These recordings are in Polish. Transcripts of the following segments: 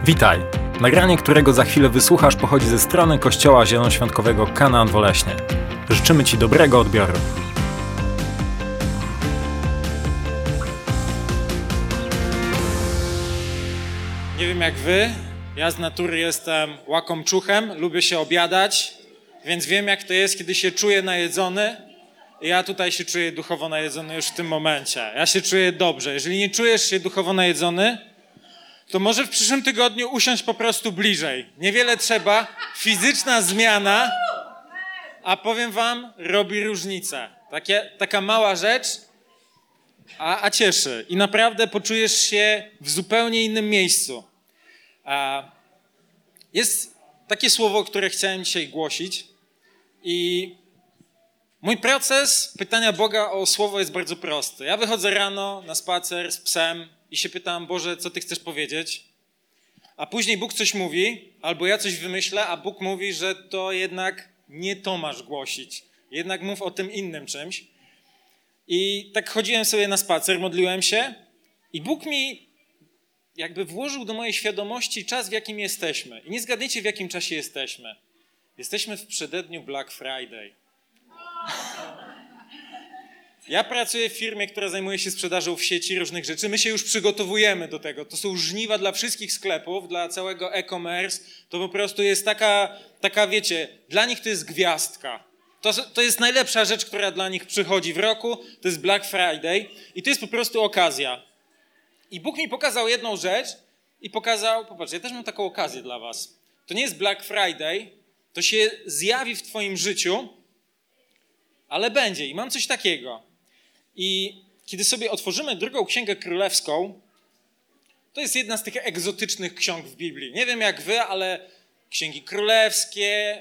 Witaj! Nagranie, którego za chwilę wysłuchasz, pochodzi ze strony Kościoła Zielonoświątkowego Kanaan w Oleśnie. Życzymy Ci dobrego odbioru. Nie wiem jak wy, ja z natury jestem łakomczuchem, lubię się obiadać, więc wiem jak to jest, kiedy się czuję najedzony. I ja tutaj się czuję duchowo najedzony już w tym momencie. Ja się czuję dobrze. Jeżeli nie czujesz się duchowo najedzony, to może w przyszłym tygodniu usiąść po prostu bliżej. Niewiele trzeba, fizyczna zmiana, a powiem wam, robi różnicę. Taka mała rzecz, a cieszy. I naprawdę poczujesz się w zupełnie innym miejscu. Jest takie słowo, które chciałem dzisiaj głosić i mój proces pytania Boga o słowo jest bardzo prosty. Ja wychodzę rano na spacer z psem i się pytam, Boże, co Ty chcesz powiedzieć? A później Bóg coś mówi, albo ja coś wymyślę, a Bóg mówi, że to jednak nie to masz głosić. Jednak mów o tym innym czymś. I tak chodziłem sobie na spacer, modliłem się i Bóg mi jakby włożył do mojej świadomości czas, w jakim jesteśmy. I nie zgadniecie, w jakim czasie jesteśmy. Jesteśmy w przededniu Black Friday. Ja pracuję w firmie, która zajmuje się sprzedażą w sieci różnych rzeczy. My się już przygotowujemy do tego. To są żniwa dla wszystkich sklepów, dla całego e-commerce. To po prostu jest taka wiecie, dla nich to jest gwiazdka. To jest najlepsza rzecz, która dla nich przychodzi w roku. To jest Black Friday i to jest po prostu okazja. I Bóg mi pokazał jedną rzecz i pokazał, popatrz, ja też mam taką okazję dla was. To nie jest Black Friday, to się zjawi w twoim życiu, ale będzie i mam coś takiego. I kiedy sobie otworzymy drugą Księgę Królewską, to jest jedna z tych egzotycznych ksiąg w Biblii. Nie wiem jak wy, ale księgi królewskie,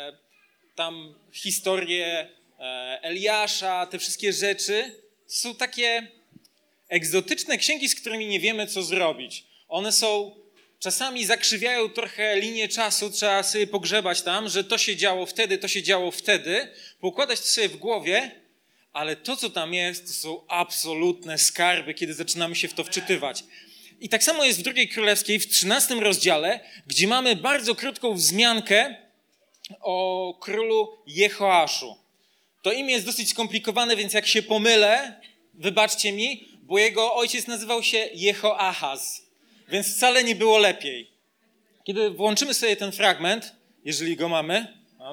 tam historie Eliasza, te wszystkie rzeczy są takie egzotyczne księgi, z którymi nie wiemy co zrobić. One są, czasami zakrzywiają trochę linię czasu, trzeba sobie pogrzebać tam, że to się działo wtedy, poukładać to sobie w głowie, ale to, co tam jest, to są absolutne skarby, kiedy zaczynamy się w to wczytywać. I tak samo jest w drugiej Królewskiej, w 13 rozdziale, gdzie mamy bardzo krótką wzmiankę o królu Jehoaszu. To imię jest dosyć skomplikowane, więc jak się pomylę, wybaczcie mi, bo jego ojciec nazywał się Jehoahaz, więc wcale nie było lepiej. Kiedy włączymy sobie ten fragment, jeżeli go mamy,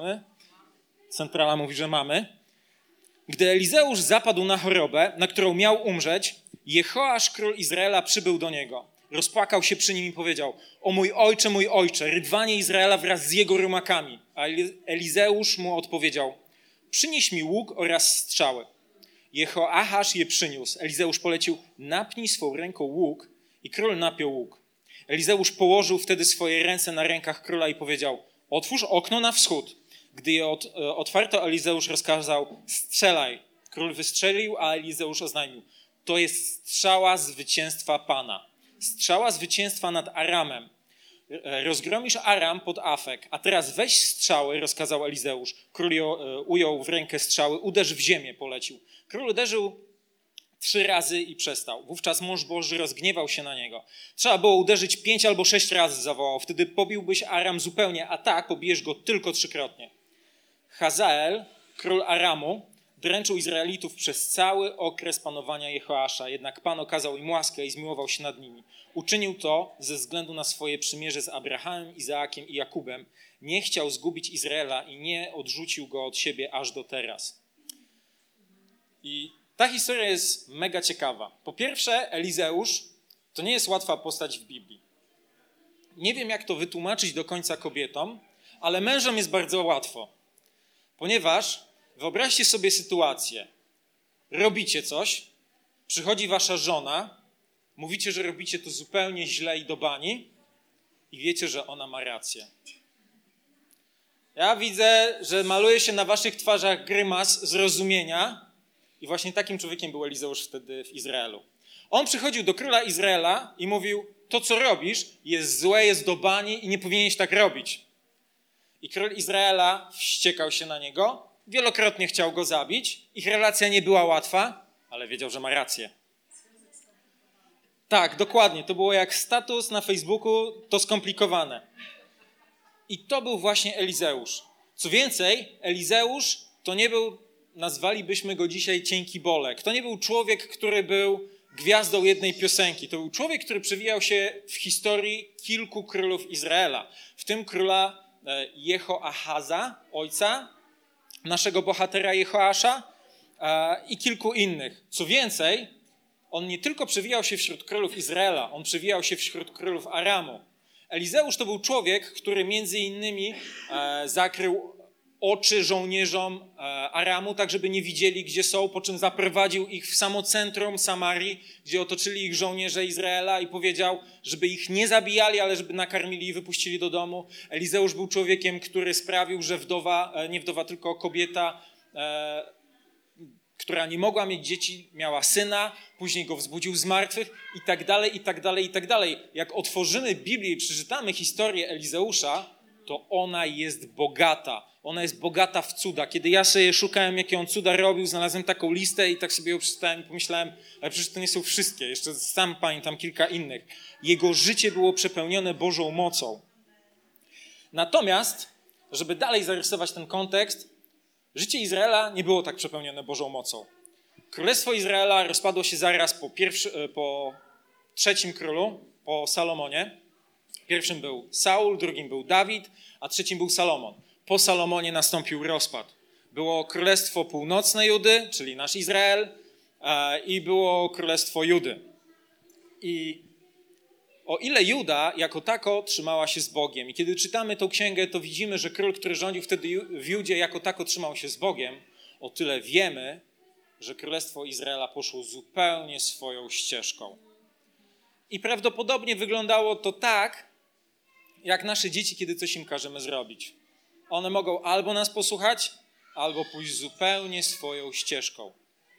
centrala mówi, że mamy, gdy Elizeusz zapadł na chorobę, na którą miał umrzeć, Jehoasz, król Izraela, przybył do niego. Rozpłakał się przy nim i powiedział: o mój ojcze, rydwanie Izraela wraz z jego rumakami. A Elizeusz mu odpowiedział: przynieś mi łuk oraz strzały. Jehoahasz je przyniósł. Elizeusz polecił: napnij swą ręką łuk, i król napiął łuk. Elizeusz położył wtedy swoje ręce na rękach króla i powiedział: otwórz okno na wschód. Gdy je otwarto, Elizeusz rozkazał: strzelaj. Król wystrzelił, a Elizeusz oznajmił: to jest strzała zwycięstwa Pana. Strzała zwycięstwa nad Aramem. Rozgromisz Aram pod Afek, a teraz weź strzały, rozkazał Elizeusz. Król ujął w rękę strzały, uderz w ziemię, polecił. Król uderzył 3 razy i przestał. Wówczas mąż Boży rozgniewał się na niego. Trzeba było uderzyć 5 albo 6 razy, zawołał. Wtedy pobiłbyś Aram zupełnie, a tak pobijesz go tylko 3-krotnie. Hazael, król Aramu, dręczył Izraelitów przez cały okres panowania Jehoasza, jednak Pan okazał im łaskę i zmiłował się nad nimi. Uczynił to ze względu na swoje przymierze z Abrahamem, Izaakiem i Jakubem. Nie chciał zgubić Izraela i nie odrzucił go od siebie aż do teraz. I ta historia jest mega ciekawa. Po pierwsze, Elizeusz to nie jest łatwa postać w Biblii. Nie wiem, jak to wytłumaczyć do końca kobietom, ale mężom jest bardzo łatwo. Ponieważ wyobraźcie sobie sytuację. Robicie coś, przychodzi wasza żona, mówicie, że robicie to zupełnie źle i do bani i wiecie, że ona ma rację. Ja widzę, że maluje się na waszych twarzach grymas zrozumienia i właśnie takim człowiekiem był Elizeusz wtedy w Izraelu. On przychodził do króla Izraela i mówił: to, co robisz, jest złe, jest do bani i nie powinieneś tak robić. I król Izraela wściekał się na niego, wielokrotnie chciał go zabić. Ich relacja nie była łatwa, ale wiedział, że ma rację. Tak, dokładnie. To było jak status na Facebooku, to skomplikowane. I to był właśnie Elizeusz. Co więcej, Elizeusz to nie był, nazwalibyśmy go dzisiaj cienki bolek. To nie był człowiek, który był gwiazdą jednej piosenki. To był człowiek, który przewijał się w historii kilku królów Izraela. W tym króla Jehoachaza, ojca naszego bohatera Jehoasza i kilku innych. Co więcej, on nie tylko przewijał się wśród królów Izraela, on przewijał się wśród królów Aramu. Elizeusz to był człowiek, który między innymi zakrył oczy żołnierzom Aramu, tak żeby nie widzieli, gdzie są, po czym zaprowadził ich w samo centrum Samarii, gdzie otoczyli ich żołnierze Izraela i powiedział, żeby ich nie zabijali, ale żeby nakarmili i wypuścili do domu. Elizeusz był człowiekiem, który sprawił, że nie wdowa, tylko kobieta, która nie mogła mieć dzieci, miała syna, później go wzbudził z martwych i tak dalej, i tak dalej, i tak dalej. Jak otworzymy Biblię i przeczytamy historię Elizeusza, to ona jest bogata. Ona jest bogata w cuda. Kiedy ja sobie szukałem, jakie on cuda robił, znalazłem taką listę i tak sobie ją przeczytałem i pomyślałem, ale przecież to nie są wszystkie, jeszcze sam pamiętam kilka innych. Jego życie było przepełnione Bożą mocą. Natomiast, żeby dalej zarysować ten kontekst, życie Izraela nie było tak przepełnione Bożą mocą. Królestwo Izraela rozpadło się zaraz po trzecim królu, po Salomonie. Pierwszym był Saul, drugim był Dawid, a trzecim był Salomon. Po Salomonie nastąpił rozpad. Było Królestwo Północne Judy, czyli nasz Izrael, i było Królestwo Judy. I o ile Juda jako tako trzymała się z Bogiem i kiedy czytamy tę księgę, to widzimy, że król, który rządził wtedy w Judzie, jako tako trzymał się z Bogiem, o tyle wiemy, że Królestwo Izraela poszło zupełnie swoją ścieżką. I prawdopodobnie wyglądało to tak, jak nasze dzieci, kiedy coś im każemy zrobić. One mogą albo nas posłuchać, albo pójść zupełnie swoją ścieżką.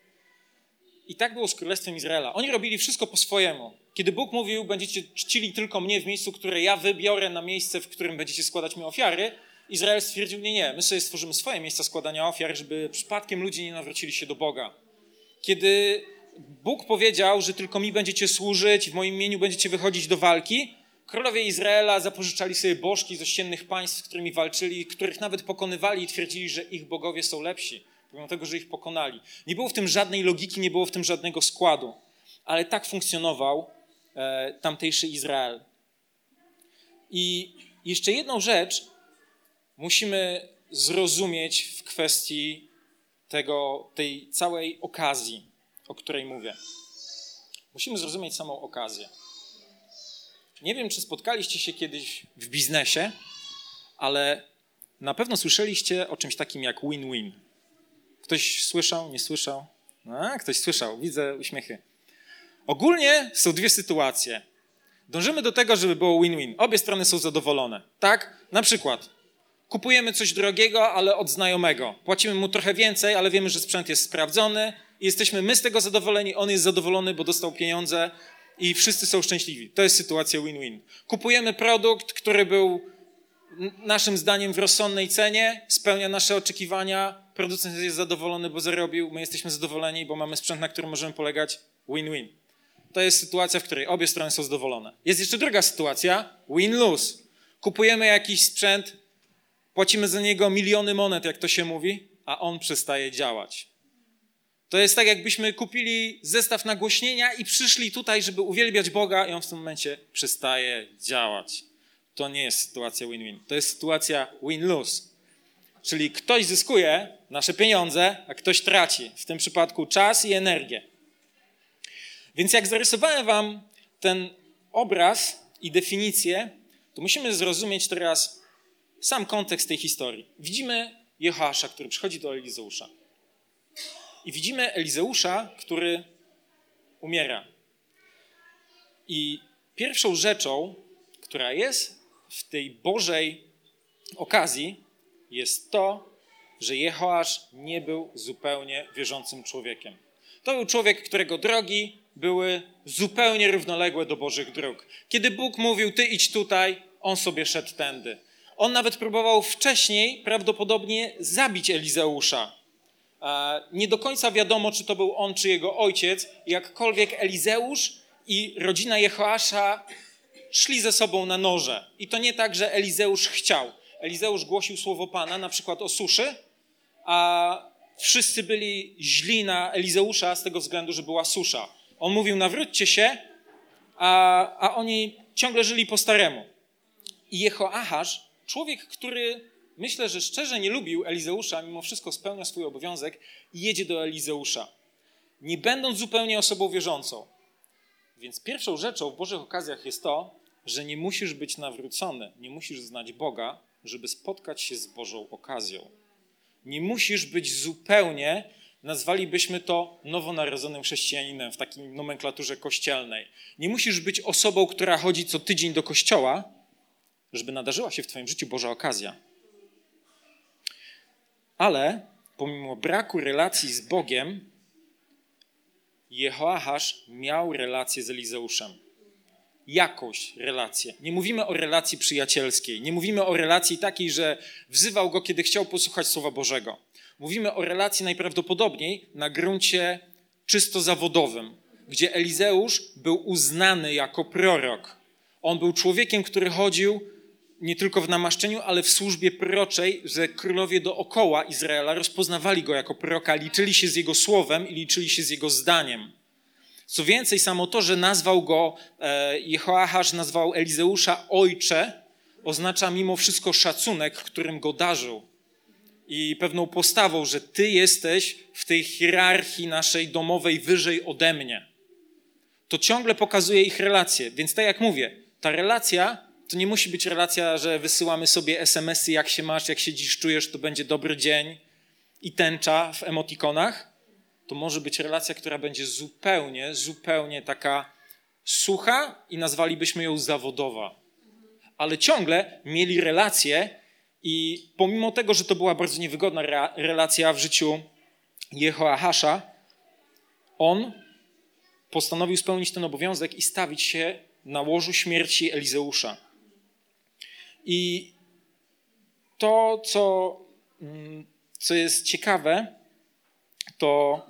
I tak było z Królestwem Izraela. Oni robili wszystko po swojemu. Kiedy Bóg mówił, będziecie czcili tylko mnie w miejscu, które ja wybiorę na miejsce, w którym będziecie składać mi ofiary, Izrael stwierdził, nie, my sobie stworzymy swoje miejsca składania ofiar, żeby przypadkiem ludzie nie nawrócili się do Boga. Kiedy Bóg powiedział, że tylko mi będziecie służyć, w moim imieniu będziecie wychodzić do walki, królowie Izraela zapożyczali sobie bożki z ościennych państw, z którymi walczyli, których nawet pokonywali i twierdzili, że ich bogowie są lepsi, pomimo tego, że ich pokonali. Nie było w tym żadnej logiki, nie było w tym żadnego składu, ale tak funkcjonował tamtejszy Izrael. I jeszcze jedną rzecz musimy zrozumieć w kwestii tej całej okazji, o której mówię. Musimy zrozumieć samą okazję. Nie wiem, czy spotkaliście się kiedyś w biznesie, ale na pewno słyszeliście o czymś takim jak win-win. Ktoś słyszał, nie słyszał? Ktoś słyszał, widzę uśmiechy. Ogólnie są dwie sytuacje. Dążymy do tego, żeby było win-win. Obie strony są zadowolone. Tak? Na przykład kupujemy coś drogiego, ale od znajomego. Płacimy mu trochę więcej, ale wiemy, że sprzęt jest sprawdzony i jesteśmy my z tego zadowoleni, on jest zadowolony, bo dostał pieniądze i wszyscy są szczęśliwi. To jest sytuacja win-win. Kupujemy produkt, który był naszym zdaniem w rozsądnej cenie, spełnia nasze oczekiwania, producent jest zadowolony, bo zarobił, my jesteśmy zadowoleni, bo mamy sprzęt, na którym możemy polegać. Win-win. To jest sytuacja, w której obie strony są zadowolone. Jest jeszcze druga sytuacja, win-lose. Kupujemy jakiś sprzęt, płacimy za niego miliony monet, jak to się mówi, a on przestaje działać. To jest tak, jakbyśmy kupili zestaw nagłośnienia i przyszli tutaj, żeby uwielbiać Boga i on w tym momencie przestaje działać. To nie jest sytuacja win-win. To jest sytuacja win-lose. Czyli ktoś zyskuje nasze pieniądze, a ktoś traci. W tym przypadku czas i energię. Więc jak zarysowałem wam ten obraz i definicję, to musimy zrozumieć teraz sam kontekst tej historii. Widzimy Jehoasza, który przychodzi do Elizeusza. I widzimy Elizeusza, który umiera. I pierwszą rzeczą, która jest w tej Bożej okazji, jest to, że Jehoasz nie był zupełnie wierzącym człowiekiem. To był człowiek, którego drogi były zupełnie równoległe do Bożych dróg. Kiedy Bóg mówił, ty idź tutaj, on sobie szedł tędy. On nawet próbował wcześniej prawdopodobnie zabić Elizeusza. Nie do końca wiadomo, czy to był on, czy jego ojciec. Jakkolwiek Elizeusz i rodzina Jehoasza szli ze sobą na noże. I to nie tak, że Elizeusz chciał. Elizeusz głosił słowo Pana, na przykład o suszy, a wszyscy byli źli na Elizeusza z tego względu, że była susza. On mówił, nawróćcie się, a oni ciągle żyli po staremu. I Jehoachasz, człowiek, który myślę, że szczerze nie lubił Elizeusza, mimo wszystko spełnia swój obowiązek i jedzie do Elizeusza, nie będąc zupełnie osobą wierzącą. Więc pierwszą rzeczą w Bożych okazjach jest to, że nie musisz być nawrócony, nie musisz znać Boga, żeby spotkać się z Bożą okazją. Nie musisz być zupełnie, nazwalibyśmy to nowonarodzonym chrześcijaninem w takiej nomenklaturze kościelnej. Nie musisz być osobą, która chodzi co tydzień do kościoła, żeby nadarzyła się w twoim życiu Boża okazja. Ale pomimo braku relacji z Bogiem, Jehoachasz miał relację z Elizeuszem. Jakąś relację. Nie mówimy o relacji przyjacielskiej. Nie mówimy o relacji takiej, że wzywał go, kiedy chciał posłuchać Słowa Bożego. Mówimy o relacji najprawdopodobniej na gruncie czysto zawodowym, gdzie Elizeusz był uznany jako prorok. On był człowiekiem, który chodził nie tylko w namaszczeniu, ale w służbie proroczej, że królowie dookoła Izraela rozpoznawali go jako proroka, liczyli się z jego słowem i liczyli się z jego zdaniem. Co więcej, samo to, że nazwał go, Jehoachasz nazwał Elizeusza ojcze, oznacza mimo wszystko szacunek, którym go darzył. I pewną postawą, że ty jesteś w tej hierarchii naszej domowej wyżej ode mnie. To ciągle pokazuje ich relację. Więc tak jak mówię, ta relacja to nie musi być relacja, że wysyłamy sobie SMS-y, jak się masz, jak się dziś czujesz, to będzie dobry dzień i tęcza w emotikonach. To może być relacja, która będzie zupełnie taka sucha i nazwalibyśmy ją zawodowa. Ale ciągle mieli relację i pomimo tego, że to była bardzo niewygodna relacja w życiu Jehoachasza, on postanowił spełnić ten obowiązek i stawić się na łożu śmierci Elizeusza. I to, co jest ciekawe, to,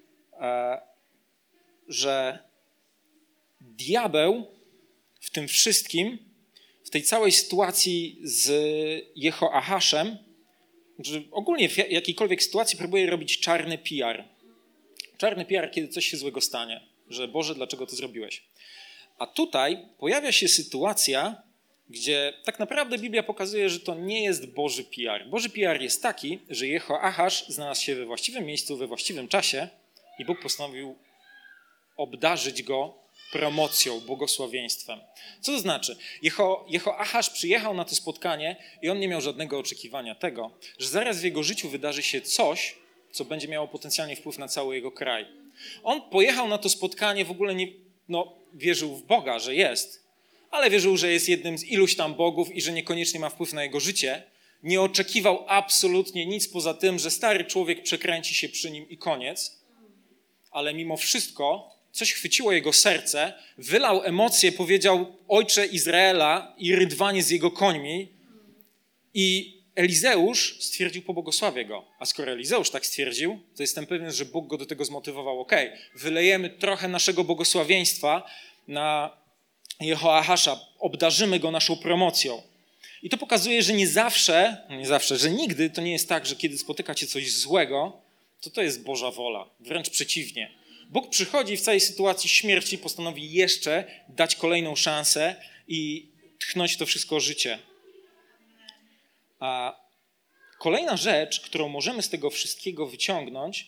że diabeł w tym wszystkim, w tej całej sytuacji z Jehoachaszem, że ogólnie w jakiejkolwiek sytuacji próbuje robić czarny PR. Czarny PR, kiedy coś się złego stanie, że Boże, dlaczego to zrobiłeś? A tutaj pojawia się sytuacja, gdzie tak naprawdę Biblia pokazuje, że to nie jest Boży PR. Boży PR jest taki, że Jehoachasz znalazł się we właściwym miejscu, we właściwym czasie i Bóg postanowił obdarzyć go promocją, błogosławieństwem. Co to znaczy? Jehoachasz przyjechał na to spotkanie i on nie miał żadnego oczekiwania tego, że zaraz w jego życiu wydarzy się coś, co będzie miało potencjalnie wpływ na cały jego kraj. On pojechał na to spotkanie, w ogóle wierzył w Boga, że jest, ale wierzył, że jest jednym z iluś tam bogów i że niekoniecznie ma wpływ na jego życie. Nie oczekiwał absolutnie nic poza tym, że stary człowiek przekręci się przy nim i koniec, ale mimo wszystko coś chwyciło jego serce, wylał emocje, powiedział Ojcze Izraela i rydwanie z jego końmi i Elizeusz stwierdził, pobłogosławię go. A skoro Elizeusz tak stwierdził, to jestem pewien, że Bóg go do tego zmotywował. Wylejemy trochę naszego błogosławieństwa na Jehoachasza, obdarzymy go naszą promocją. I to pokazuje, że że nigdy to nie jest tak, że kiedy spotyka cię coś złego, to jest Boża wola. Wręcz przeciwnie. Bóg przychodzi w całej sytuacji śmierci, postanowi jeszcze dać kolejną szansę i tchnąć to wszystko życie. A kolejna rzecz, którą możemy z tego wszystkiego wyciągnąć,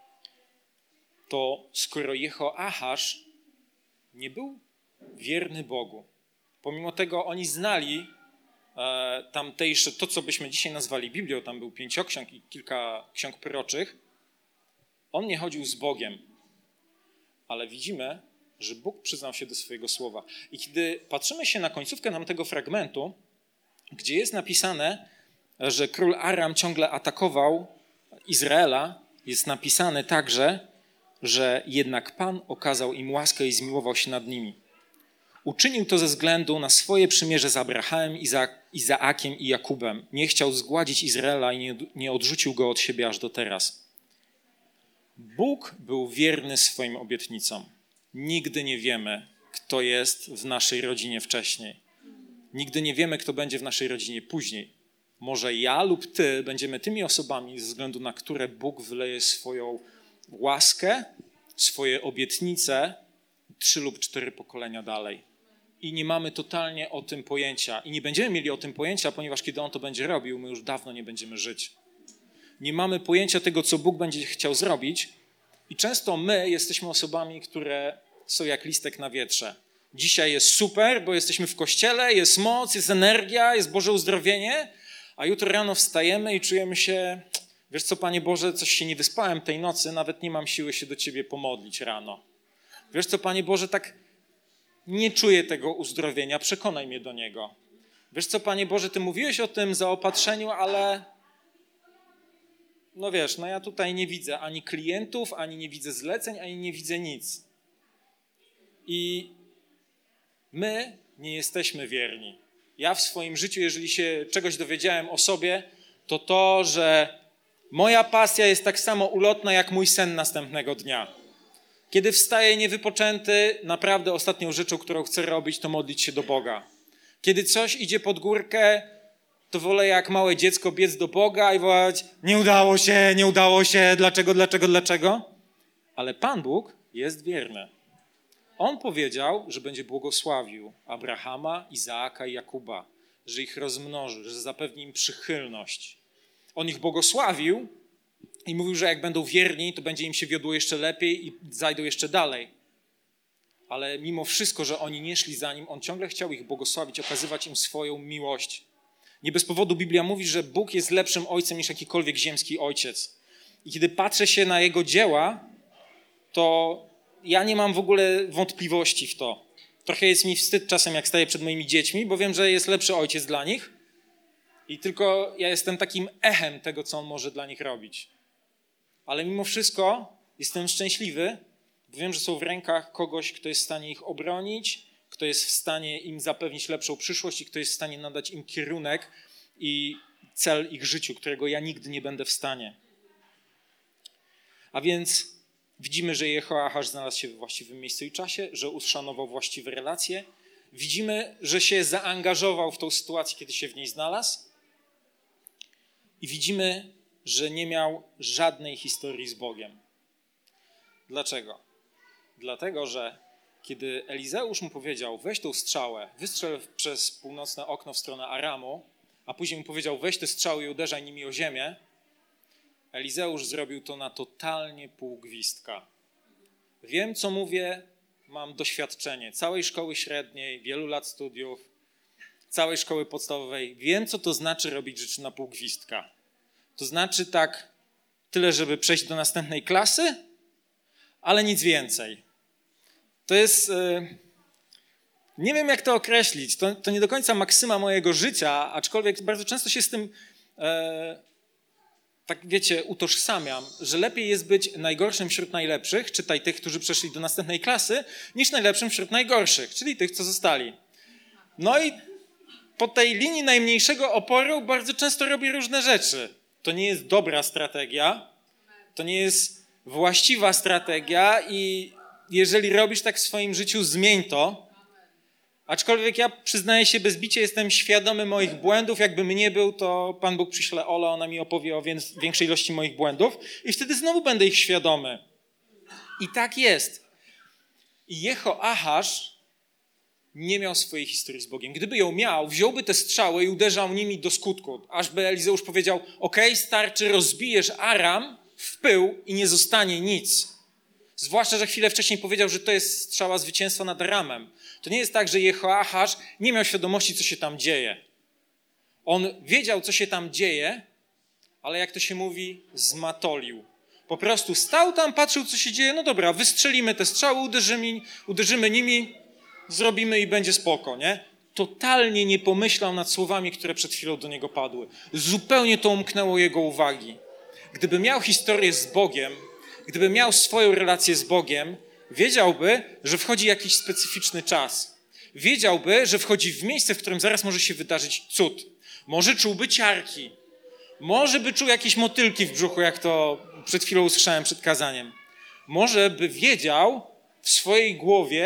to skoro Jehoachasz nie był wierny Bogu, pomimo tego oni znali tamtejsze, to co byśmy dzisiaj nazwali Biblią, tam był 5 ksiąg i kilka ksiąg proroczych, on nie chodził z Bogiem, ale widzimy, że Bóg przyznał się do swojego słowa. I kiedy patrzymy się na końcówkę tamtego fragmentu, gdzie jest napisane, że król Aram ciągle atakował Izraela, jest napisane także, że jednak Pan okazał im łaskę i zmiłował się nad nimi. Uczynił to ze względu na swoje przymierze z Abrahamem, Izaakiem i Jakubem. Nie chciał zgładzić Izraela i nie odrzucił go od siebie aż do teraz. Bóg był wierny swoim obietnicom. Nigdy nie wiemy, kto jest w naszej rodzinie wcześniej. Nigdy nie wiemy, kto będzie w naszej rodzinie później. Może ja lub ty będziemy tymi osobami, ze względu na które Bóg wyleje swoją łaskę, swoje obietnice 3 lub 4 pokolenia dalej. I nie mamy totalnie o tym pojęcia. I nie będziemy mieli o tym pojęcia, ponieważ kiedy On to będzie robił, my już dawno nie będziemy żyć. Nie mamy pojęcia tego, co Bóg będzie chciał zrobić. I często my jesteśmy osobami, które są jak listek na wietrze. Dzisiaj jest super, bo jesteśmy w kościele, jest moc, jest energia, jest Boże uzdrowienie, a jutro rano wstajemy i czujemy się, wiesz co, Panie Boże, coś się nie wyspałem tej nocy, nawet nie mam siły się do Ciebie pomodlić rano. Wiesz co, Panie Boże, tak nie czuję tego uzdrowienia, przekonaj mnie do niego. Wiesz co, Panie Boże, Ty mówiłeś o tym zaopatrzeniu, ale no wiesz, no ja tutaj nie widzę ani klientów, ani nie widzę zleceń, ani nie widzę nic. I my nie jesteśmy wierni. Ja w swoim życiu, jeżeli się czegoś dowiedziałem o sobie, to to, że moja pasja jest tak samo ulotna jak mój sen następnego dnia. Kiedy wstaję niewypoczęty, naprawdę ostatnią rzeczą, którą chcę robić, to modlić się do Boga. Kiedy coś idzie pod górkę, to wolę jak małe dziecko biec do Boga i wołać: nie udało się, dlaczego? Ale Pan Bóg jest wierny. On powiedział, że będzie błogosławił Abrahama, Izaaka i Jakuba, że ich rozmnoży, że zapewni im przychylność. On ich błogosławił i mówił, że jak będą wierni, to będzie im się wiodło jeszcze lepiej i zajdą jeszcze dalej. Ale mimo wszystko, że oni nie szli za nim, on ciągle chciał ich błogosławić, okazywać im swoją miłość. Nie bez powodu Biblia mówi, że Bóg jest lepszym ojcem niż jakikolwiek ziemski ojciec. I kiedy patrzę się na jego dzieła, to ja nie mam w ogóle wątpliwości w to. Trochę jest mi wstyd czasem, jak staję przed moimi dziećmi, bo wiem, że jest lepszy ojciec dla nich i tylko ja jestem takim echem tego, co on może dla nich robić. Ale mimo wszystko jestem szczęśliwy, bo wiem, że są w rękach kogoś, kto jest w stanie ich obronić, kto jest w stanie im zapewnić lepszą przyszłość i kto jest w stanie nadać im kierunek i cel ich życiu, którego ja nigdy nie będę w stanie. A więc widzimy, że Jehoachasz znalazł się we właściwym miejscu i czasie, że uszanował właściwe relacje. Widzimy, że się zaangażował w tą sytuację, kiedy się w niej znalazł. I widzimy, że nie miał żadnej historii z Bogiem. Dlaczego? Dlatego, że kiedy Elizeusz mu powiedział: weź tą strzałę, wystrzel przez północne okno w stronę Aramu, a później mu powiedział: weź te strzały i uderzaj nimi o ziemię, Elizeusz zrobił to na totalnie pół gwizdka. Wiem, co mówię, mam doświadczenie całej szkoły średniej, wielu lat studiów, całej szkoły podstawowej. Wiem, co to znaczy robić rzeczy na pół gwizdka. To znaczy tak tyle, żeby przejść do następnej klasy, ale nic więcej. To jest... Nie wiem, jak to określić. To nie do końca maksyma mojego życia, aczkolwiek bardzo często się z tym... tak wiecie, utożsamiam, że lepiej jest być najgorszym wśród najlepszych, czytaj tych, którzy przeszli do następnej klasy, niż najlepszym wśród najgorszych, czyli tych, co zostali. No i po tej linii najmniejszego oporu bardzo często robię różne rzeczy. To nie jest dobra strategia, to nie jest właściwa strategia i jeżeli robisz tak w swoim życiu, zmień to. Aczkolwiek ja przyznaję się bez bicia, jestem świadomy moich błędów. Jakbym nie był, to Pan Bóg przyśle Olę, ona mi opowie o większej ilości moich błędów i wtedy znowu będę ich świadomy. I tak jest. I Jehoachasz nie miał swojej historii z Bogiem. Gdyby ją miał, wziąłby te strzały i uderzał nimi do skutku. Aż by Elizeusz powiedział: okej, starczy, rozbijesz Aram w pył i nie zostanie nic. Zwłaszcza, że chwilę wcześniej powiedział, że to jest strzała zwycięstwa nad Aramem. To nie jest tak, że Jehoachasz nie miał świadomości, co się tam dzieje. On wiedział, co się tam dzieje, ale jak to się mówi, zmatolił. Po prostu stał tam, patrzył, co się dzieje. No dobra, wystrzelimy te strzały, uderzymy nimi, zrobimy i będzie spoko, nie? Totalnie nie pomyślał nad słowami, które przed chwilą do niego padły. Zupełnie to umknęło jego uwagi. Gdyby miał historię z Bogiem, gdyby miał swoją relację z Bogiem, wiedziałby, że wchodzi jakiś specyficzny czas. Wiedziałby, że wchodzi w miejsce, w którym zaraz może się wydarzyć cud. Może czułby ciarki. Może by czuł jakieś motylki w brzuchu, jak to przed chwilą usłyszałem przed kazaniem. Może by wiedział w swojej głowie,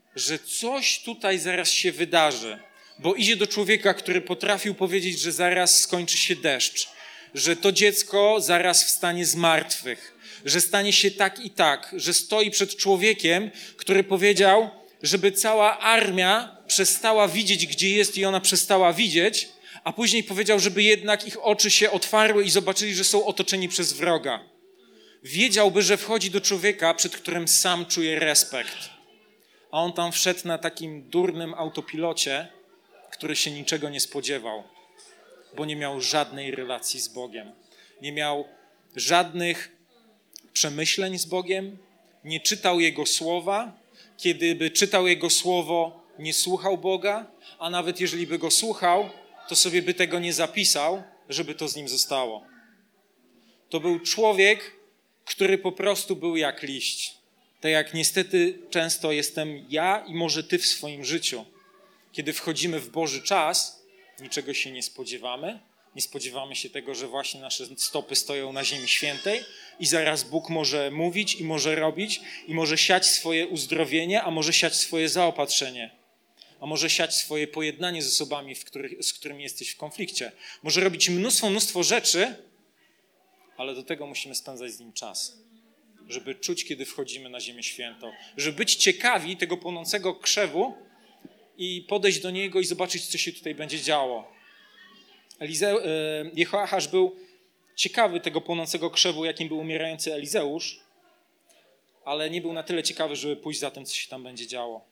że coś tutaj zaraz się wydarzy, bo idzie do człowieka, który potrafił powiedzieć, że zaraz skończy się deszcz, że to dziecko zaraz wstanie z martwych, że stanie się tak i tak, że stoi przed człowiekiem, który powiedział, żeby cała armia przestała widzieć, gdzie jest i ona przestała widzieć, a później powiedział, żeby jednak ich oczy się otwarły i zobaczyli, że są otoczeni przez wroga. Wiedziałby, że wchodzi do człowieka, przed którym sam czuje respekt. A on tam wszedł na takim durnym autopilocie, który się niczego nie spodziewał, bo nie miał żadnej relacji z Bogiem. Nie miał żadnych przemyśleń z Bogiem, nie czytał Jego słowa. Kiedy by czytał Jego słowo, nie słuchał Boga, a nawet jeżeli by Go słuchał, to sobie by tego nie zapisał, żeby to z nim zostało. To był człowiek, który po prostu był jak liść. Tak jak niestety często jestem ja i może ty w swoim życiu. Kiedy wchodzimy w Boży czas, niczego się nie spodziewamy. Nie spodziewamy się tego, że właśnie nasze stopy stoją na ziemi świętej i zaraz Bóg może mówić i może robić i może siać swoje uzdrowienie, a może siać swoje zaopatrzenie, a może siać swoje pojednanie z osobami, z którymi jesteś w konflikcie. Może robić mnóstwo rzeczy, ale do tego musimy spędzać z Nim czas, żeby czuć, kiedy wchodzimy na ziemię świętą, żeby być ciekawi tego płonącego krzewu i podejść do niego i zobaczyć, co się tutaj będzie działo. Jehoachasz był ciekawy tego płonącego krzewu, jakim był umierający Elizeusz, ale nie był na tyle ciekawy, żeby pójść za tym, co się tam będzie działo.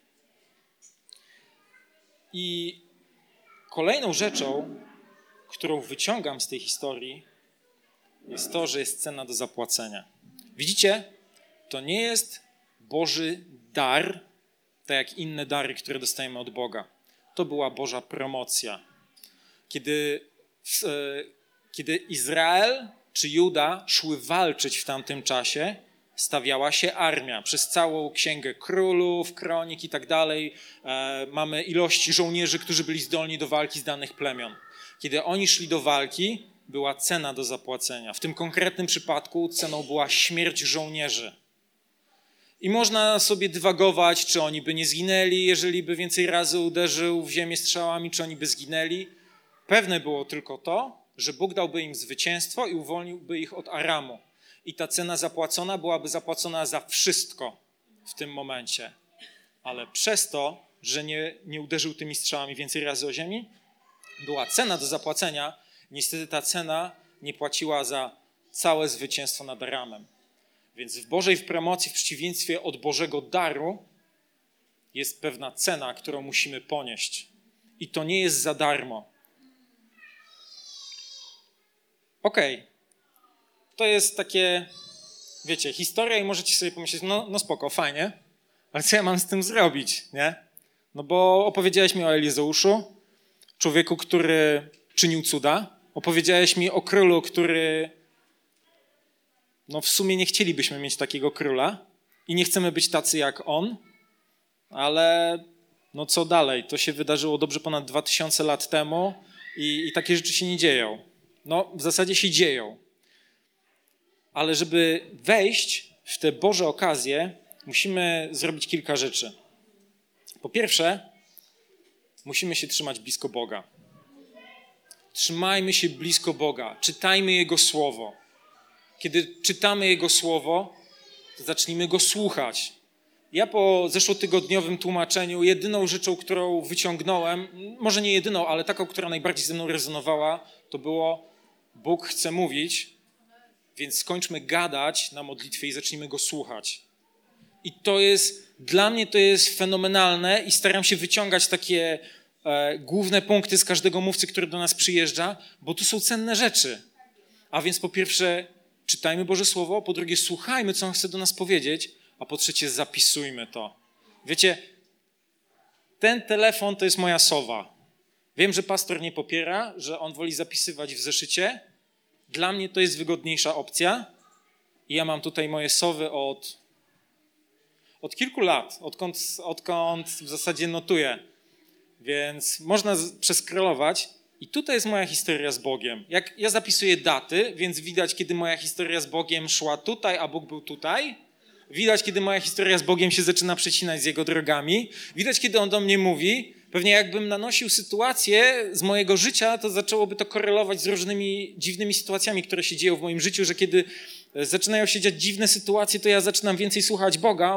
I kolejną rzeczą, którą wyciągam z tej historii, jest to, że jest cena do zapłacenia. Widzicie? To nie jest Boży dar, tak jak inne dary, które dostajemy od Boga. To była Boża promocja. Kiedy Izrael czy Juda szły walczyć w tamtym czasie, stawiała się armia. Przez całą księgę królów, kronik i tak dalej mamy ilości żołnierzy, którzy byli zdolni do walki z danych plemion. Kiedy oni szli do walki, była cena do zapłacenia. W tym konkretnym przypadku ceną była śmierć żołnierzy. I można sobie dywagować, czy oni by nie zginęli, jeżeli by więcej razy uderzył w ziemię strzałami, czy oni by zginęli. Pewne było tylko to, że Bóg dałby im zwycięstwo i uwolniłby ich od Aramu. I ta cena zapłacona byłaby zapłacona za wszystko w tym momencie. Ale przez to, że nie uderzył tymi strzałami więcej razy o ziemi, była cena do zapłacenia. Niestety ta cena nie płaciła za całe zwycięstwo nad Aramem. Więc w Bożej promocji, w przeciwieństwie od Bożego daru, jest pewna cena, którą musimy ponieść. I to nie jest za darmo. Okej. To jest takie, wiecie, historia i możecie sobie pomyśleć, no spoko, fajnie, ale co ja mam z tym zrobić, nie? No bo opowiedziałeś mi o Elizeuszu, człowieku, który czynił cuda. Opowiedziałeś mi o królu, który, no w sumie nie chcielibyśmy mieć takiego króla i nie chcemy być tacy jak on, ale no co dalej? To się wydarzyło dobrze ponad 2000 lat temu i takie rzeczy się nie dzieją. No w zasadzie się dzieją. Ale żeby wejść w te Boże okazje, musimy zrobić kilka rzeczy. Po pierwsze, musimy się trzymać blisko Boga. Trzymajmy się blisko Boga, czytajmy Jego Słowo. Kiedy czytamy Jego Słowo, to zacznijmy Go słuchać. Ja po zeszłotygodniowym tłumaczeniu jedyną rzeczą, którą wyciągnąłem, może nie jedyną, ale taką, która najbardziej ze mną rezonowała, to było: Bóg chce mówić, więc skończmy gadać na modlitwie i zacznijmy Go słuchać. I to jest, dla mnie to jest fenomenalne i staram się wyciągać takie główne punkty z każdego mówcy, który do nas przyjeżdża, bo tu są cenne rzeczy. A więc po pierwsze czytajmy Boże Słowo, po drugie słuchajmy, co On chce do nas powiedzieć, a po trzecie zapisujmy to. Wiecie, ten telefon to jest moja sowa. Wiem, że pastor nie popiera, że on woli zapisywać w zeszycie. Dla mnie to jest wygodniejsza opcja i ja mam tutaj moje sowy od kilku lat, odkąd w zasadzie notuję. Więc można przeskrolować i tutaj jest moja historia z Bogiem. Jak ja zapisuję daty, więc widać, kiedy moja historia z Bogiem szła tutaj, a Bóg był tutaj, Widać, kiedy moja historia z Bogiem się zaczyna przecinać z Jego drogami. Widać, kiedy On do mnie mówi. Pewnie jakbym nanosił sytuacje z mojego życia, to zaczęłoby to korelować z różnymi dziwnymi sytuacjami, które się dzieją w moim życiu, że kiedy zaczynają się dziać dziwne sytuacje, to ja zaczynam więcej słuchać Boga.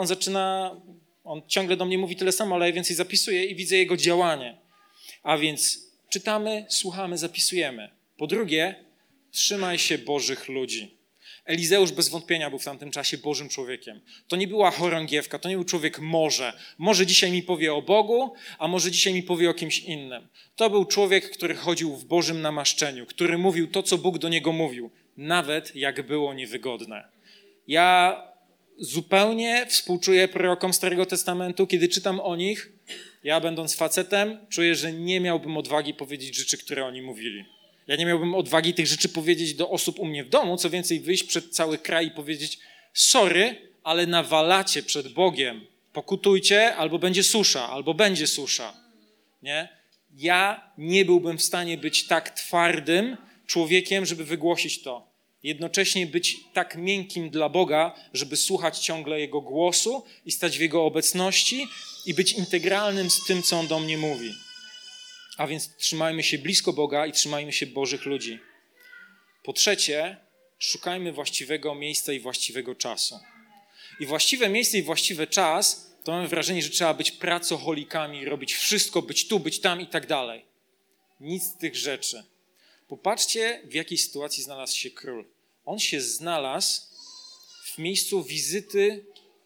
On ciągle do mnie mówi tyle samo, ale ja więcej zapisuję i widzę Jego działanie. A więc czytamy, słuchamy, zapisujemy. Po drugie, trzymaj się Bożych ludzi. Elizeusz bez wątpienia był w tamtym czasie Bożym człowiekiem. To nie była chorągiewka, to nie był człowiek może. Może dzisiaj mi powie o Bogu, a może dzisiaj mi powie o kimś innym. To był człowiek, który chodził w Bożym namaszczeniu, który mówił to, co Bóg do niego mówił, nawet jak było niewygodne. Ja zupełnie współczuję prorokom Starego Testamentu, kiedy czytam o nich. Ja, będąc facetem, czuję, że nie miałbym odwagi powiedzieć rzeczy, które oni mówili. Ja nie miałbym odwagi tych rzeczy powiedzieć do osób u mnie w domu, co więcej wyjść przed cały kraj i powiedzieć: sorry, ale nawalacie przed Bogiem, pokutujcie, albo będzie susza. Nie? Ja nie byłbym w stanie być tak twardym człowiekiem, żeby wygłosić to. Jednocześnie być tak miękkim dla Boga, żeby słuchać ciągle Jego głosu i stać w Jego obecności i być integralnym z tym, co On do mnie mówi. A więc trzymajmy się blisko Boga i trzymajmy się Bożych ludzi. Po trzecie, szukajmy właściwego miejsca i właściwego czasu. I właściwe miejsce i właściwy czas, to mam wrażenie, że trzeba być pracoholikami, robić wszystko, być tu, być tam i tak dalej. Nic z tych rzeczy. Popatrzcie, w jakiej sytuacji znalazł się król. On się znalazł w miejscu wizyty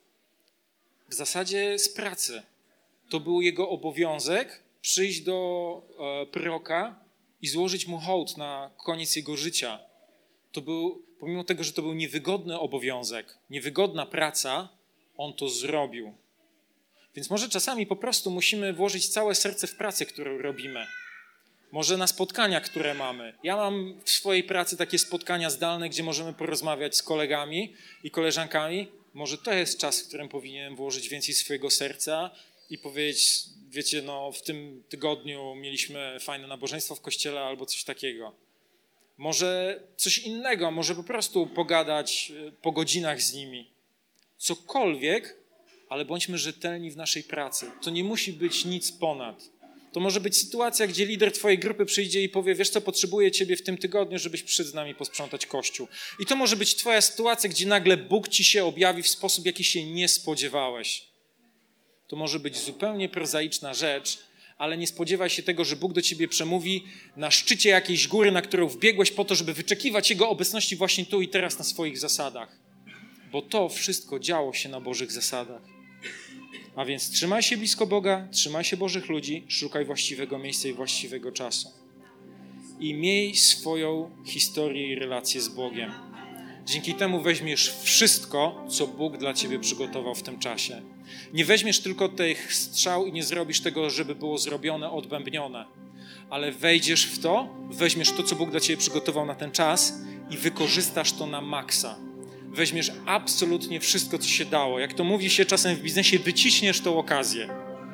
w zasadzie z pracy. To był jego obowiązek przyjść do proroka i złożyć mu hołd na koniec jego życia. To był, pomimo tego, że to był niewygodny obowiązek, niewygodna praca, on to zrobił. Więc może czasami po prostu musimy włożyć całe serce w pracę, którą robimy. Może na spotkania, które mamy. Ja mam w swojej pracy takie spotkania zdalne, gdzie możemy porozmawiać z kolegami i koleżankami. Może to jest czas, w którym powinienem włożyć więcej swojego serca i powiedzieć: wiecie, no w tym tygodniu mieliśmy fajne nabożeństwo w kościele albo coś takiego. Może coś innego, może po prostu pogadać po godzinach z nimi. Cokolwiek, ale bądźmy rzetelni w naszej pracy. To nie musi być nic ponad. To może być sytuacja, gdzie lider twojej grupy przyjdzie i powie: wiesz co, potrzebuję ciebie w tym tygodniu, żebyś przyszedł z nami posprzątać kościół. I to może być twoja sytuacja, gdzie nagle Bóg ci się objawi w sposób, jaki się nie spodziewałeś. To może być zupełnie prozaiczna rzecz, ale nie spodziewaj się tego, że Bóg do ciebie przemówi na szczycie jakiejś góry, na którą wbiegłeś po to, żeby wyczekiwać Jego obecności właśnie tu i teraz na swoich zasadach. Bo to wszystko działo się na Bożych zasadach. A więc trzymaj się blisko Boga, trzymaj się Bożych ludzi, szukaj właściwego miejsca i właściwego czasu. I miej swoją historię i relację z Bogiem. Dzięki temu weźmiesz wszystko, co Bóg dla ciebie przygotował w tym czasie. Nie weźmiesz tylko tych strzał i nie zrobisz tego, żeby było zrobione, odbębnione. Ale wejdziesz w to, weźmiesz to, co Bóg dla ciebie przygotował na ten czas i wykorzystasz to na maksa. Weźmiesz absolutnie wszystko, co się dało. Jak to mówi się czasem w biznesie, wyciśniesz tą okazję.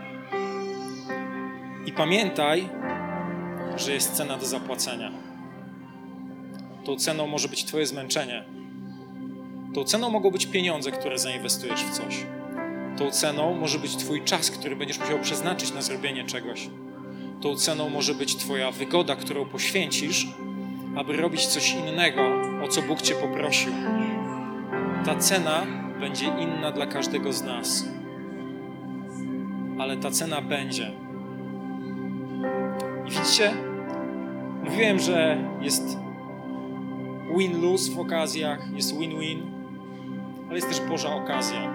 I pamiętaj, że jest cena do zapłacenia. Tą ceną może być twoje zmęczenie. Tą ceną mogą być pieniądze, które zainwestujesz w coś. Tą ceną może być twój czas, który będziesz musiał przeznaczyć na zrobienie czegoś. Tą ceną może być twoja wygoda, którą poświęcisz, aby robić coś innego, o co Bóg cię poprosił. Ta cena będzie inna dla każdego z nas. Ale ta cena będzie. I widzicie, mówiłem, że jest win-lose w okazjach, jest win-win, ale jest też Boża okazja.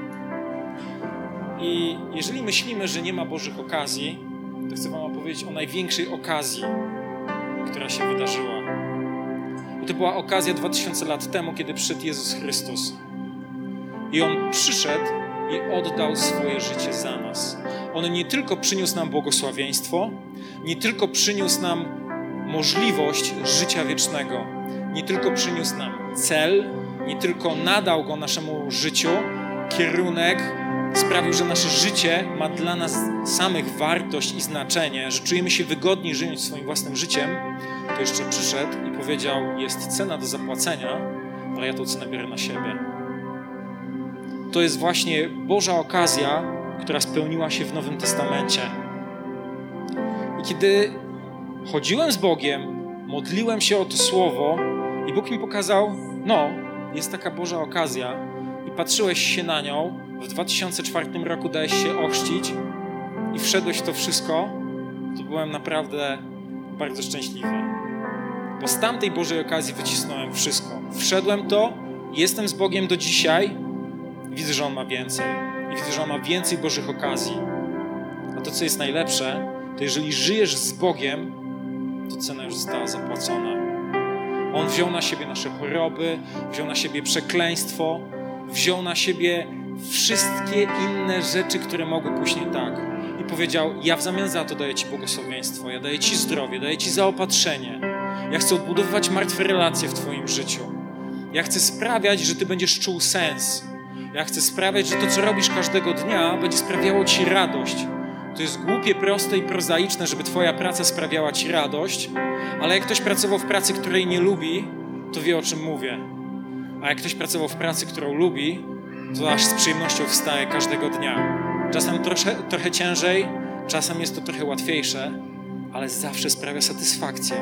I jeżeli myślimy, że nie ma Bożych okazji, to chcę wam opowiedzieć o największej okazji, która się wydarzyła. I to była okazja 2000 lat temu, kiedy przyszedł Jezus Chrystus. I On przyszedł i oddał swoje życie za nas. On nie tylko przyniósł nam błogosławieństwo, nie tylko przyniósł nam możliwość życia wiecznego, nie tylko przyniósł nam cel, nie tylko nadał go naszemu życiu, kierunek, sprawił, że nasze życie ma dla nas samych wartość i znaczenie, że czujemy się wygodniej żyjąc swoim własnym życiem, to jeszcze przyszedł i powiedział: jest cena do zapłacenia, ale ja tą cenę biorę na siebie. to jest właśnie Boża okazja, która spełniła się w Nowym Testamencie. I kiedy chodziłem z Bogiem, modliłem się o to Słowo i Bóg mi pokazał, jest taka Boża okazja i patrzyłeś się na nią, w 2004 roku dałeś się ochrzcić i wszedłeś w to wszystko, to byłem naprawdę bardzo szczęśliwy. Bo z tamtej Bożej okazji wycisnąłem wszystko. Wszedłem to, jestem z Bogiem do dzisiaj, widzę, że On ma więcej. I widzę, że On ma więcej Bożych okazji. A to, co jest najlepsze, to jeżeli żyjesz z Bogiem, to cena już została zapłacona. On wziął na siebie nasze choroby, wziął na siebie przekleństwo, wziął na siebie wszystkie inne rzeczy, które mogły pójść nie tak. I powiedział, ja w zamian za to daję Ci błogosławieństwo, ja daję Ci zdrowie, daję Ci zaopatrzenie. Ja chcę odbudowywać martwe relacje w Twoim życiu. Ja chcę sprawiać, że Ty będziesz czuł sens. Ja chcę sprawiać, że to, co robisz każdego dnia, będzie sprawiało Ci radość. To jest głupie, proste i prozaiczne, żeby Twoja praca sprawiała Ci radość, ale jak ktoś pracował w pracy, której nie lubi, to wie, o czym mówię. A jak ktoś pracował w pracy, którą lubi, to aż z przyjemnością wstaje każdego dnia. Czasem trochę ciężej, czasem jest to trochę łatwiejsze, ale zawsze sprawia satysfakcję.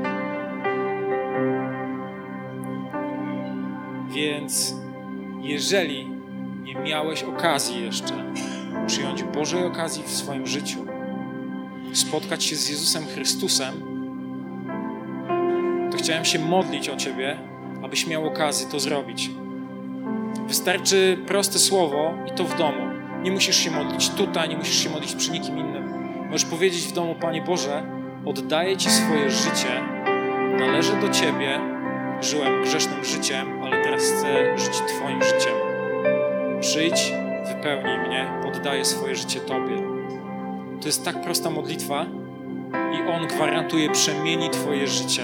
Więc jeżeli nie miałeś okazji jeszcze przyjąć Bożej okazji w swoim życiu, spotkać się z Jezusem Chrystusem, to chciałem się modlić o Ciebie, abyś miał okazję to zrobić. Wystarczy proste słowo i to w domu. Nie musisz się modlić tutaj, nie musisz się modlić przy nikim innym. Możesz powiedzieć w domu, Panie Boże, oddaję Ci swoje życie, należę do Ciebie, żyłem grzesznym życiem, ale teraz chcę żyć Twoim życiem. Przyjdź, wypełnij mnie, oddaję swoje życie Tobie. To jest tak prosta modlitwa i On gwarantuje, przemieni Twoje życie.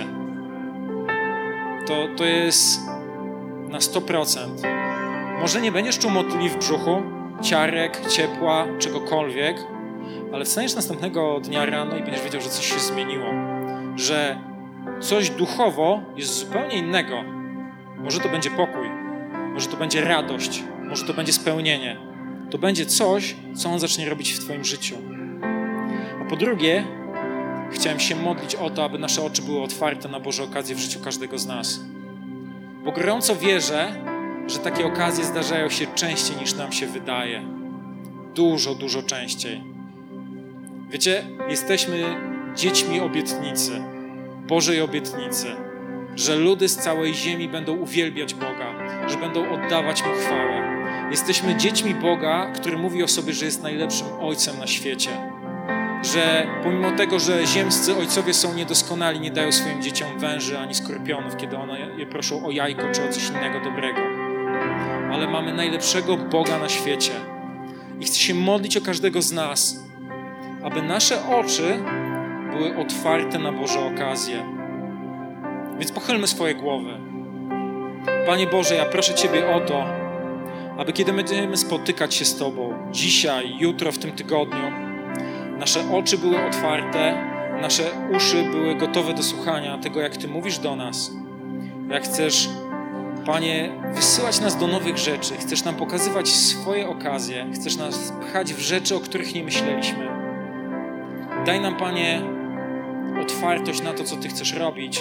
To jest na 100%. Może nie będziesz czuł motli w brzuchu, ciarek, ciepła, czegokolwiek, ale wstaniesz następnego dnia rano i będziesz wiedział, że coś się zmieniło. Że coś duchowo jest zupełnie innego. Może to będzie pokój, może to będzie radość, może to będzie spełnienie. To będzie coś, co On zacznie robić w Twoim życiu. A po drugie, chciałem się modlić o to, aby nasze oczy były otwarte na Boże okazje w życiu każdego z nas. Bo gorąco wierzę, że takie okazje zdarzają się częściej niż nam się wydaje. Dużo, dużo częściej. Wiecie, jesteśmy dziećmi obietnicy, Bożej obietnicy, że ludy z całej ziemi będą uwielbiać Boga, że będą oddawać Mu chwałę. Jesteśmy dziećmi Boga, który mówi o sobie, że jest najlepszym Ojcem na świecie. Że pomimo tego, że ziemscy ojcowie są niedoskonali, nie dają swoim dzieciom węży ani skorpionów, kiedy one je proszą o jajko czy o coś innego dobrego. Ale mamy najlepszego Boga na świecie. I chcę się modlić o każdego z nas, aby nasze oczy były otwarte na Boże okazje. Więc pochylmy swoje głowy. Panie Boże, ja proszę Ciebie o to, aby kiedy będziemy spotykać się z Tobą, dzisiaj, jutro, w tym tygodniu, nasze oczy były otwarte, nasze uszy były gotowe do słuchania tego, jak Ty mówisz do nas. Jak chcesz, Panie, wysyłać nas do nowych rzeczy, chcesz nam pokazywać swoje okazje, chcesz nas pchać w rzeczy, o których nie myśleliśmy. Daj nam, Panie, otwartość na to, co Ty chcesz robić.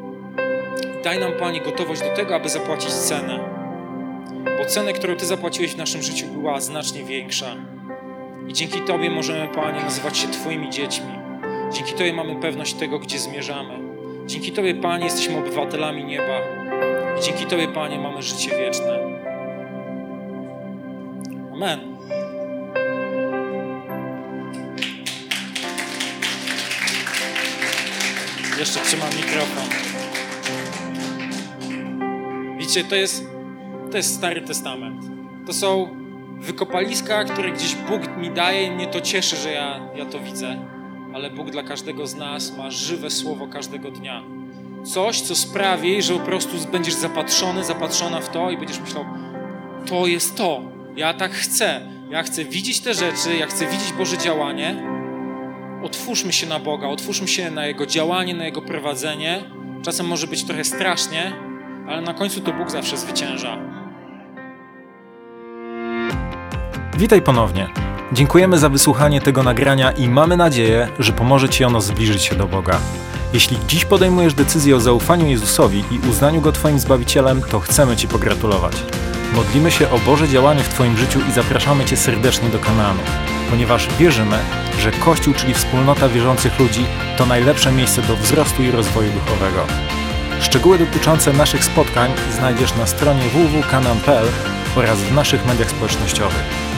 Daj nam, Panie, gotowość do tego, aby zapłacić cenę. Bo cenę, którą Ty zapłaciłeś w naszym życiu, była znacznie większa. I dzięki Tobie możemy, Panie, nazywać się Twoimi dziećmi. Dzięki Tobie mamy pewność tego, gdzie zmierzamy. Dzięki Tobie, Panie, jesteśmy obywatelami nieba. I dzięki Tobie, Panie, mamy życie wieczne. Amen. Jeszcze trzymam mikrofon. Widzicie, to jest Stary Testament. To są wykopaliska, które gdzieś Bóg mi daje i mnie to cieszy, że ja to widzę. Ale Bóg dla każdego z nas ma żywe słowo każdego dnia. Coś, co sprawi, że po prostu będziesz zapatrzona w to i będziesz myślał, to jest to. Ja tak chcę. Ja chcę widzieć te rzeczy, ja chcę widzieć Boże działanie. Otwórzmy się na Boga, otwórzmy się na Jego działanie, na Jego prowadzenie. Czasem może być trochę strasznie, ale na końcu to Bóg zawsze zwycięża. Witaj ponownie. Dziękujemy za wysłuchanie tego nagrania i mamy nadzieję, że pomoże Ci ono zbliżyć się do Boga. Jeśli dziś podejmujesz decyzję o zaufaniu Jezusowi i uznaniu Go Twoim Zbawicielem, to chcemy Ci pogratulować. Modlimy się o Boże działanie w Twoim życiu i zapraszamy Cię serdecznie do Kanaanu, ponieważ wierzymy, że Kościół, czyli wspólnota wierzących ludzi, to najlepsze miejsce do wzrostu i rozwoju duchowego. Szczegóły dotyczące naszych spotkań znajdziesz na stronie www.kanaan.pl oraz w naszych mediach społecznościowych.